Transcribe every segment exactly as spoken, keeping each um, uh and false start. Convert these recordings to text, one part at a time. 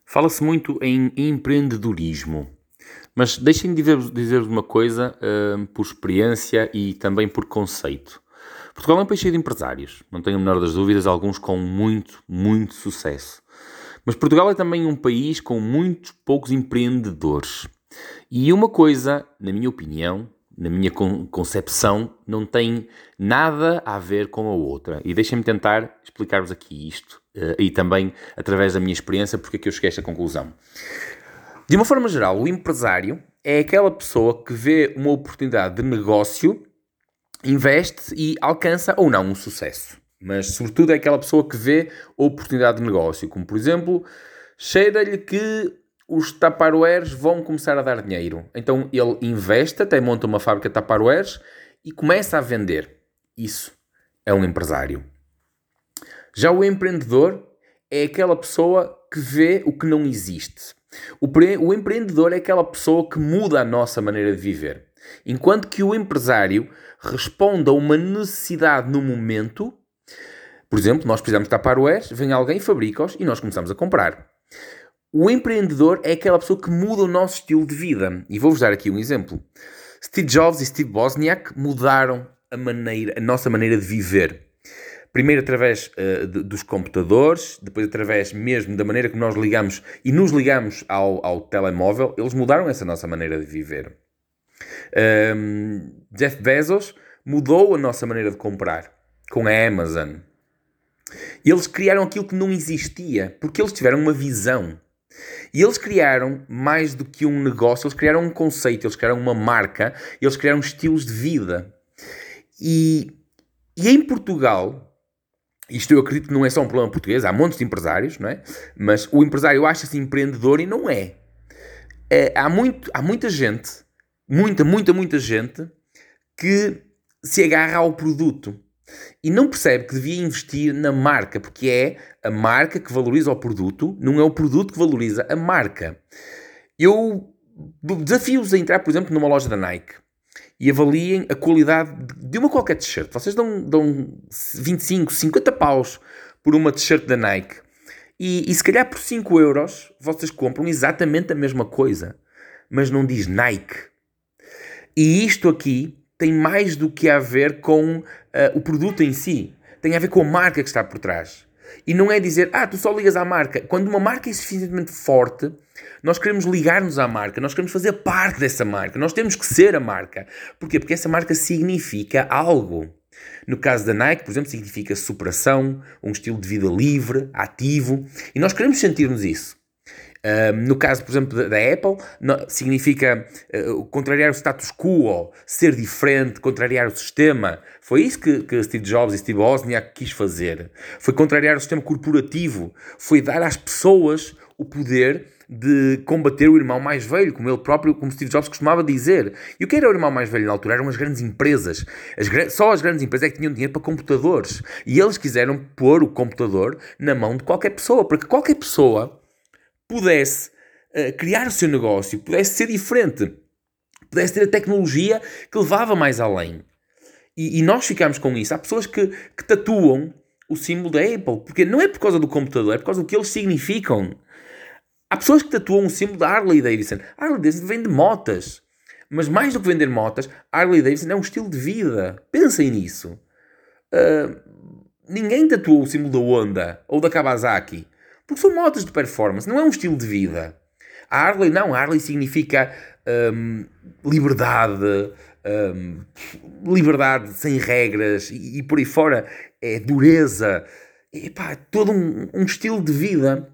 Fala-se muito em empreendedorismo, mas deixem-me dizer- dizer-vos uma coisa, hum, por experiência e também por conceito. Portugal é um país cheio de empresários, não tenho a menor das dúvidas, alguns com muito, muito sucesso. Mas Portugal é também um país com muitos poucos empreendedores. E uma coisa, na minha opinião, na minha con- concepção, não tem nada a ver com a outra. E deixem-me tentar explicar-vos aqui isto, eh, e também, através da minha experiência, porque é que eu cheguei a esta conclusão. De uma forma geral, o empresário é aquela pessoa que vê uma oportunidade de negócio, investe e alcança ou não um sucesso. Mas, sobretudo, é aquela pessoa que vê a oportunidade de negócio. Como, por exemplo, cheira-lhe que os Tupperwares vão começar a dar dinheiro. Então, ele investe, até monta uma fábrica de Tupperwares e começa a vender. Isso é um empresário. Já o empreendedor é aquela pessoa que vê o que não existe. O, pre- o empreendedor é aquela pessoa que muda a nossa maneira de viver. Enquanto que o empresário responde a uma necessidade no momento. Por exemplo, nós precisamos de Tupperwares, vem alguém e fabrica-os e nós começamos a comprar. O empreendedor é aquela pessoa que muda o nosso estilo de vida. E vou-vos dar aqui um exemplo. Steve Jobs e Steve Wozniak mudaram a, maneira, a nossa maneira de viver. Primeiro através uh, de, dos computadores, depois através mesmo da maneira como nós ligamos e nos ligamos ao, ao telemóvel. Eles mudaram essa nossa maneira de viver. Um, Jeff Bezos mudou a nossa maneira de comprar com a Amazon. Eles criaram aquilo que não existia, porque eles tiveram uma visão. E eles criaram mais do que um negócio, eles criaram um conceito, eles criaram uma marca, eles criaram estilos de vida. E, e em Portugal, isto eu acredito que não é só um problema português, há montes de empresários, não é? Mas o empresário acha-se empreendedor e não é. é há, muito, há muita gente, muita, muita, muita gente, que se agarra ao produto. E não percebe que devia investir na marca, porque é a marca que valoriza o produto, não é o produto que valoriza a marca. Eu desafio-vos a entrar, por exemplo, numa loja da Nike e avaliem a qualidade de uma qualquer t-shirt. Vocês dão, dão vinte e cinco, cinquenta paus por uma t-shirt da Nike e, e se calhar por cinco euros vocês compram exatamente a mesma coisa, mas não diz Nike. E isto aqui tem mais do que a ver com uh, o produto em si. Tem a ver com a marca que está por trás. E não é dizer, ah, tu só ligas à marca. Quando uma marca é suficientemente forte, nós queremos ligar-nos à marca. Nós queremos fazer parte dessa marca. Nós temos que ser a marca. Porquê? Porque essa marca significa algo. No caso da Nike, por exemplo, significa superação, um estilo de vida livre, ativo. E nós queremos sentir-nos isso. Uh, no caso, por exemplo, da, da Apple, no, significa uh, contrariar o status quo, ser diferente, contrariar o sistema. Foi isso que, que Steve Jobs e Steve Wozniak quis fazer. Foi contrariar o sistema corporativo. Foi dar às pessoas o poder de combater o irmão mais velho, como ele próprio, como Steve Jobs costumava dizer. E o que era o irmão mais velho na altura? Eram as grandes empresas. As, só as grandes empresas é que tinham dinheiro para computadores. E eles quiseram pôr o computador na mão de qualquer pessoa, para que qualquer pessoa pudesse uh, criar o seu negócio, pudesse ser diferente, pudesse ter a tecnologia que levava mais além. E, e nós ficamos com isso. Há pessoas que, que tatuam o símbolo da Apple, porque não é por causa do computador, é por causa do que eles significam. Há pessoas que tatuam o símbolo da Harley Davidson. A Harley Davidson vende motas. Mas mais do que vender motas, a Harley Davidson é um estilo de vida. Pensem nisso. Uh, ninguém tatuou o símbolo da Honda ou da Kawasaki. Porque são motos de performance, não é um estilo de vida. A Harley não, a Harley significa hum, liberdade, hum, liberdade sem regras e, e por aí fora é dureza. E pá, todo um, um estilo de vida.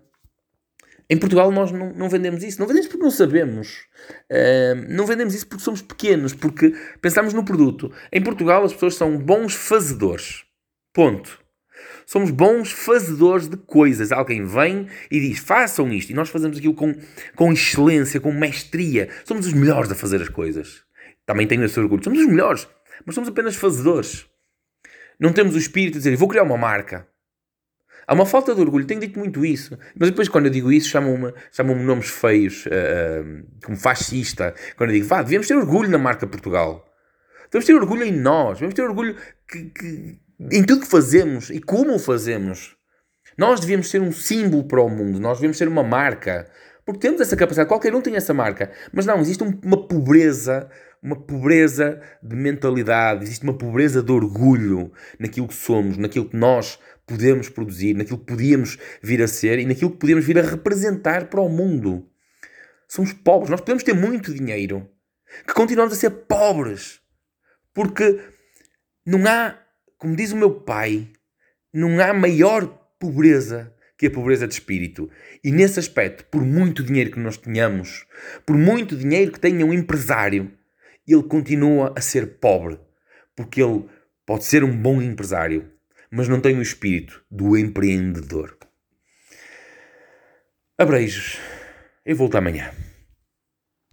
Em Portugal nós não, não vendemos isso. Não vendemos porque não sabemos. Hum, não vendemos isso porque somos pequenos, porque pensamos no produto. Em Portugal as pessoas são bons fazedores. Ponto. Somos bons fazedores de coisas. Alguém vem e diz, façam isto. E nós fazemos aquilo com, com excelência, com mestria. Somos os melhores a fazer as coisas. Também tenho esse orgulho. Somos os melhores. Mas somos apenas fazedores. Não temos o espírito de dizer, vou criar uma marca. Há uma falta de orgulho. Tenho dito muito isso. Mas depois, quando eu digo isso, chamam-me, chamam-me nomes feios. Uh, uh, como fascista. Quando eu digo, vá, devemos ter orgulho na marca Portugal. Devemos ter orgulho em nós. Devemos ter orgulho que... que em tudo que fazemos e como o fazemos. Nós devíamos ser um símbolo para o mundo, nós devíamos ser uma marca, porque temos essa capacidade, qualquer um tem essa marca, mas não, existe um, uma pobreza, uma pobreza de mentalidade, existe uma pobreza de orgulho naquilo que somos, naquilo que nós podemos produzir, naquilo que podíamos vir a ser e naquilo que podíamos vir a representar para o mundo. Somos pobres, nós podemos ter muito dinheiro, que continuamos a ser pobres, porque não há, como diz o meu pai, não há maior pobreza que a pobreza de espírito. E nesse aspecto, por muito dinheiro que nós tenhamos, por muito dinheiro que tenha um empresário, ele continua a ser pobre. Porque ele pode ser um bom empresário, mas não tem o espírito do empreendedor. Abreijos. Eu volto amanhã.